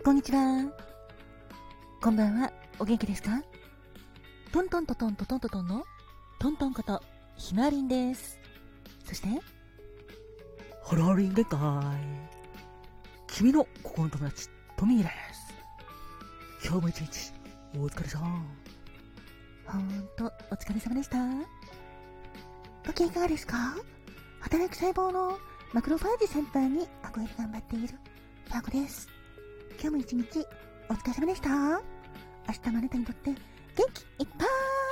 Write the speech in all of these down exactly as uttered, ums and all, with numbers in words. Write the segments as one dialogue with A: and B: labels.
A: こんにちは。こんばんは。お元気ですか？トントントントントントントンのトントンことひまわりんです。そして
B: ハローリン限界。君の心の友達トミーです。今日も一日お疲れさん。
A: ほんとお疲れ様でした。ご機嫌いかがですか？働く細胞のマクロファージ先輩に憧れて頑張っているパーコです。今日も一日お疲れ様でした。明日もあなたにとって元気いっぱ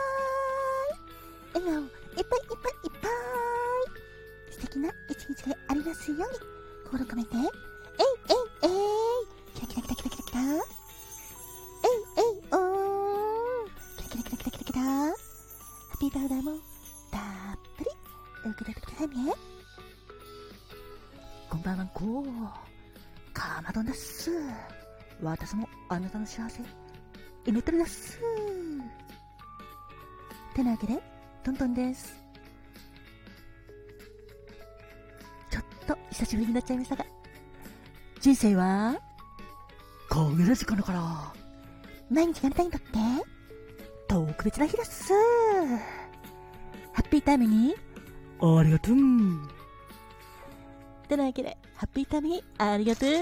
A: い、笑顔いっぱいいっぱいいっぱい、素敵な一日でありますように心込めて、えいえいえい、キラキラキラキラキラキラ、えいえいおー、キラキラキラキラキラキラ、ハッピーパウダーもたっぷり受け取ってくださいね。こんばんは、こうかまどんだっす。私もあなたの幸せ祈ってるだっす。てなわけでトントンです。ちょっと久しぶりになっちゃいましたが、人生は
B: 限ら時間だから
A: 毎日があなたにとって特別な日だっす。ハッピータイムに
B: ありがとう。
A: てなわけでハッピータイムにありがとう。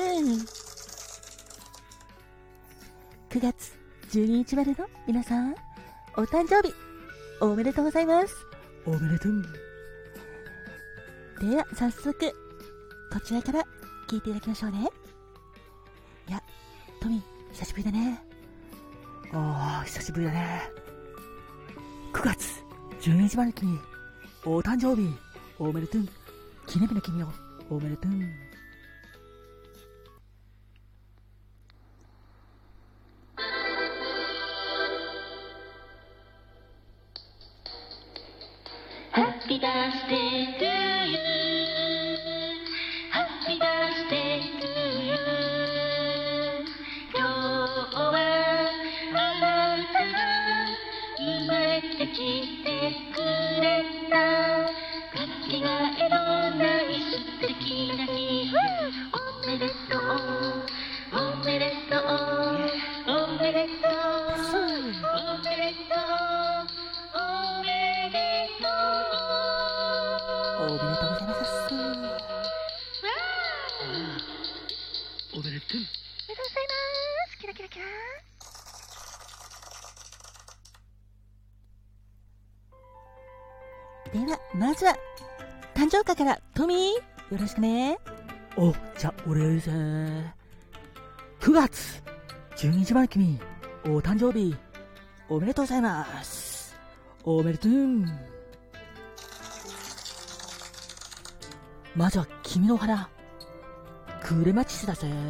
A: くがつじゅうににちまでの皆さん、お誕生日おめでとうございます。
B: おめでとう。
A: では早速こちらから聞いていただきましょうね。いや、トミー久しぶりだね。
B: ああ、久しぶりだね。くがつじゅうににちまでの君、お誕生日おめでとう。記念日の君をおめでとう。
C: Happy birthday to you. Happy birthday to you. 今日はあなたが生まれてきてくれた。かけがえのない素敵な日。おめでとう。おめでとう。おめでとう。おめでとう。
A: おめでとうございます。
B: おめでとう。
A: おめでとうございます。キラキラキラ。ではまずは誕生花からトミーよろしくね。
B: お、じゃあ俺です。くがつじゅうににちまでの君、お誕生日おめでとうございます。おめでとう。まずは君のお花クレマチスだぜ。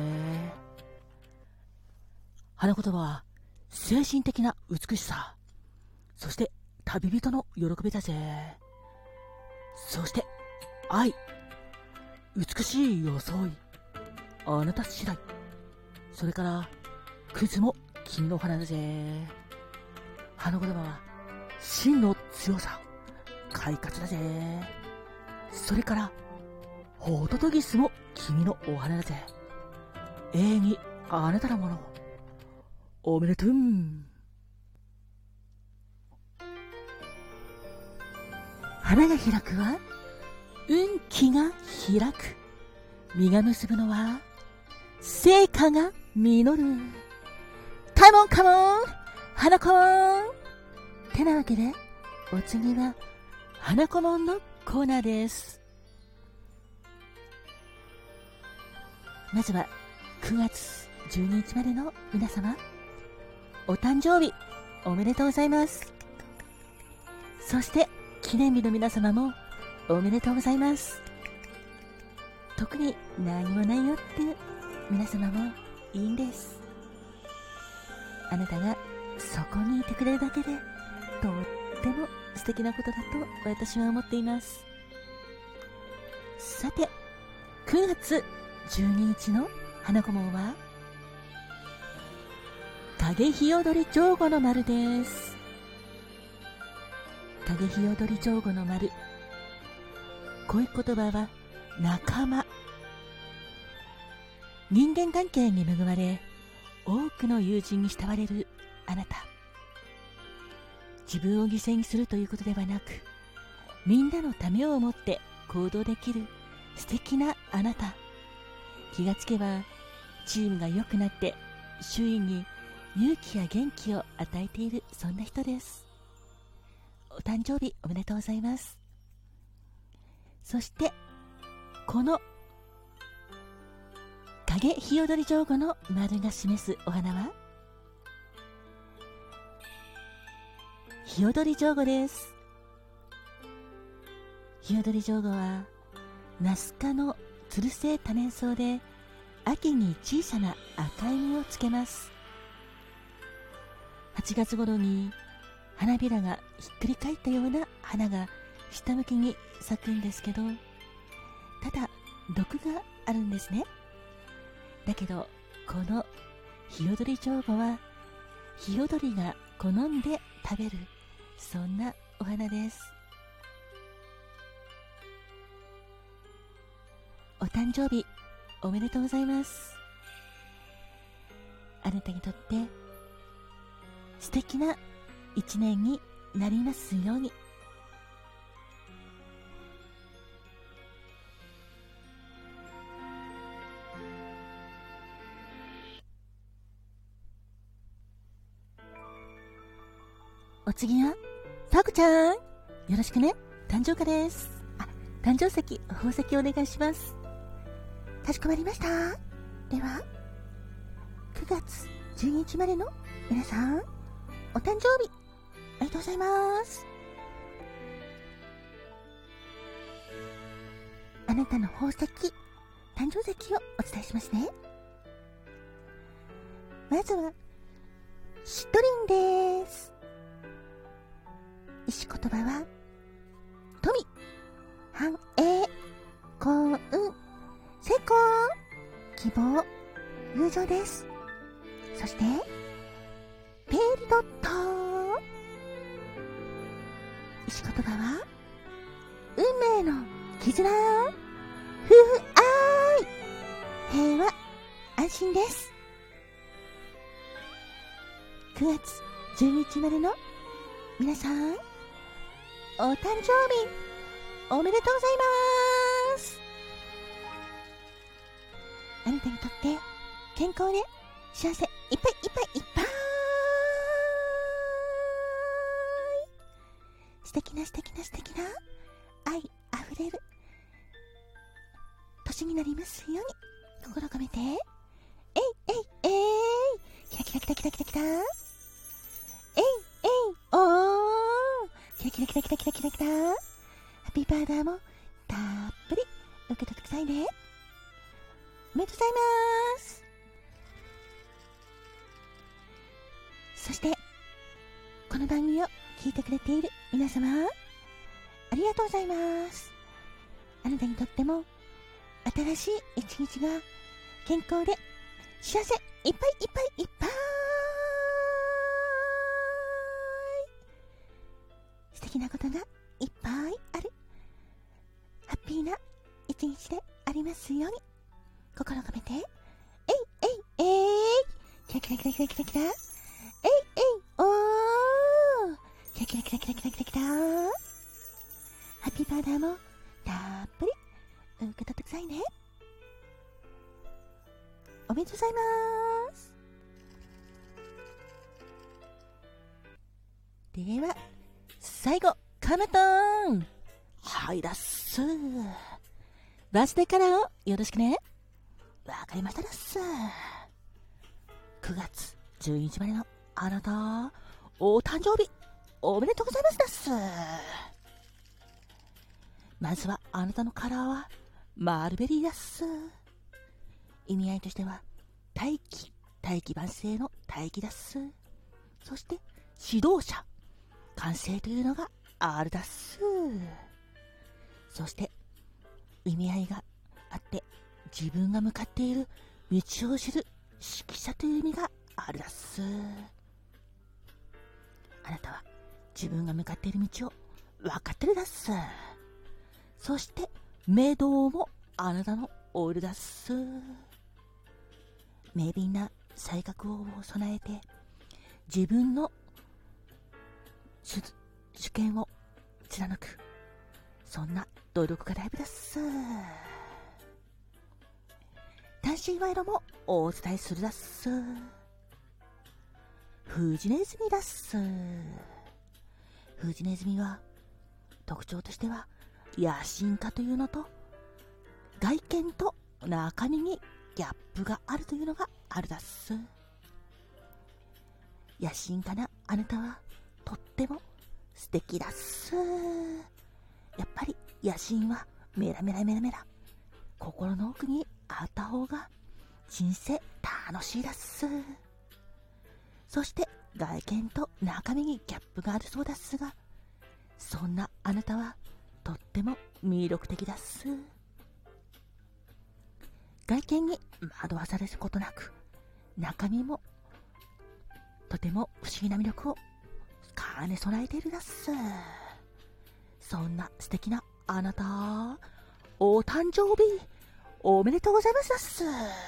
B: 花言葉は精神的な美しさ、そして旅人の喜びだぜ。そして愛、美しい装い、あなた次第。それからクズも君のお花だぜ。花言葉は真の強さ、快活だぜ。それからホトトギスも君のお花だぜ。永遠にあなたのもの。おめでとう。
A: 花が開くは運気が開く。実が結ぶのは成果が実る。カモンカモン花コモン。てなわけでお次は花コモンのコーナーです。まずはくがつじゅうににちまでの皆様、お誕生日おめでとうございます。そして記念日の皆様もおめでとうございます。特に何もないよっていう皆様もいいんです。あなたがそこにいてくれるだけでとっても素敵なことだと私は思っています。さてくがつじゅうににちの花顧問は影ひよどり上五の丸です。影ひよどり上五の丸、恋言葉は仲間。人間関係に恵まれ多くの友人に慕われるあなた。自分を犠牲にするということではなく、みんなのためを思って行動できる素敵なあなた。気がつけばチームが良くなって周囲に勇気や元気を与えている、そんな人です。お誕生日おめでとうございます。そしてこの影ひよどり上後の丸が示すお花はひよどり上後です。ひよどり上後はナス科のつる性多年草で、秋に小さな赤い実をつけます。はちがつ頃に花びらがひっくり返ったような花が下向きに咲くんですけど、ただ毒があるんですね。だけどこのひよどり上後はひよどりが好んで食べる、そんなお花です。お誕生日おめでとうございます。あなたにとって素敵な一年になりますように。お次はパクちゃん、よろしくね。誕生花です。あ、誕生石、宝石お願いします。かしこまりました。ではくがつじゅうににちまでの皆さん、お誕生日ありがとうございます。あなたの宝石、誕生石をお伝えしますね。まずはしっとりんです。石言葉は富、繁栄、幸運、成功、希望、友情です。そしてペリドット、石言葉は運命の絆、夫婦愛、平和、安心です。くがつじゅうににちまでの皆さん、お誕生日おめでとうございます。あなたにとって健康で幸せいっぱいいっぱいいっぱい、素敵な素敵な素敵な愛あふれる年になりますように、心を込めて、えいえいえい、キラキラキラキラキラキラ、えいえいおー、キラキラキラキラキラキラキラ、ハッピーバーダーもたっぷり受け取ってくださいね。おめでとうございます。そしてこの番組を聞いてくれている皆様、ありがとうございます。あなたにとっても新しい一日が健康で幸せいっぱいいっぱいいっぱい、素敵なことがいっぱいあるハッピーな一日でありますように、心を込めて、えいえいえい、キラキラキラキラキラキラ、えいえいおー、キラキラキラキラキラキラキラ、ハッピーバーダーもたっぷり受け取ってくださいね。おめでとうございます。では最後、カマトン、はいだっす。バースデーカラーをよろしくね。わかりましただっす。くがつじゅうににちまでのあなた、お誕生日おめでとうございますだっす。まずはあなたのカラーはマルベリーだっす。意味合いとしては大器、大器晩成の大器だっす。そして指導者、完成というのがあるだっす。そして意味合いがあって、自分が向かっている道を知る指揮者という意味があるだっす。あなたは自分が向かっている道を分かってるだっす。そして明道もあなたのオールだっす。明敏な才覚を備えて自分の主, 主権を貫く、そんな努力がライブです。単身賄賂もお伝えするだっす。フジネズミだっす。フジネズミは特徴としては野心家というのと、外見と中身にギャップがあるというのがあるだっす。野心家なあなたはとっても素敵だっす。やっぱり野心はメラメラメラメラ心の奥にあった方が人生楽しいだっす。そして外見と中身にギャップがあるそうだっすが、そんなあなたはとっても魅力的だっす。外見に惑わされることなく、中身もとても不思議な魅力を兼ね備えているだっす。そんな素敵なあなた、お誕生日おめでとうございますだっす。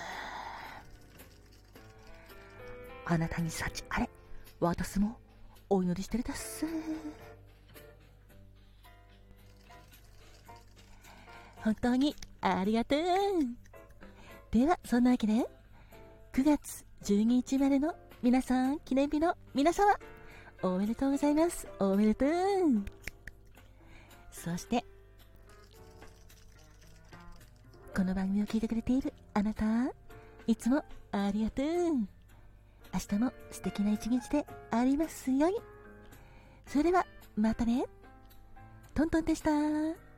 A: あなたに幸あれ、私もお祈りしてるだっす。本当にありがとう。ではそんなわけでくがつじゅうににちまでの皆さん、記念日の皆様、おめでとうございます。おめでとう。そしてこの番組を聞いてくれているあなた、いつもありがとう。明日も素敵な一日でありますように。それではまたね。トントンでした。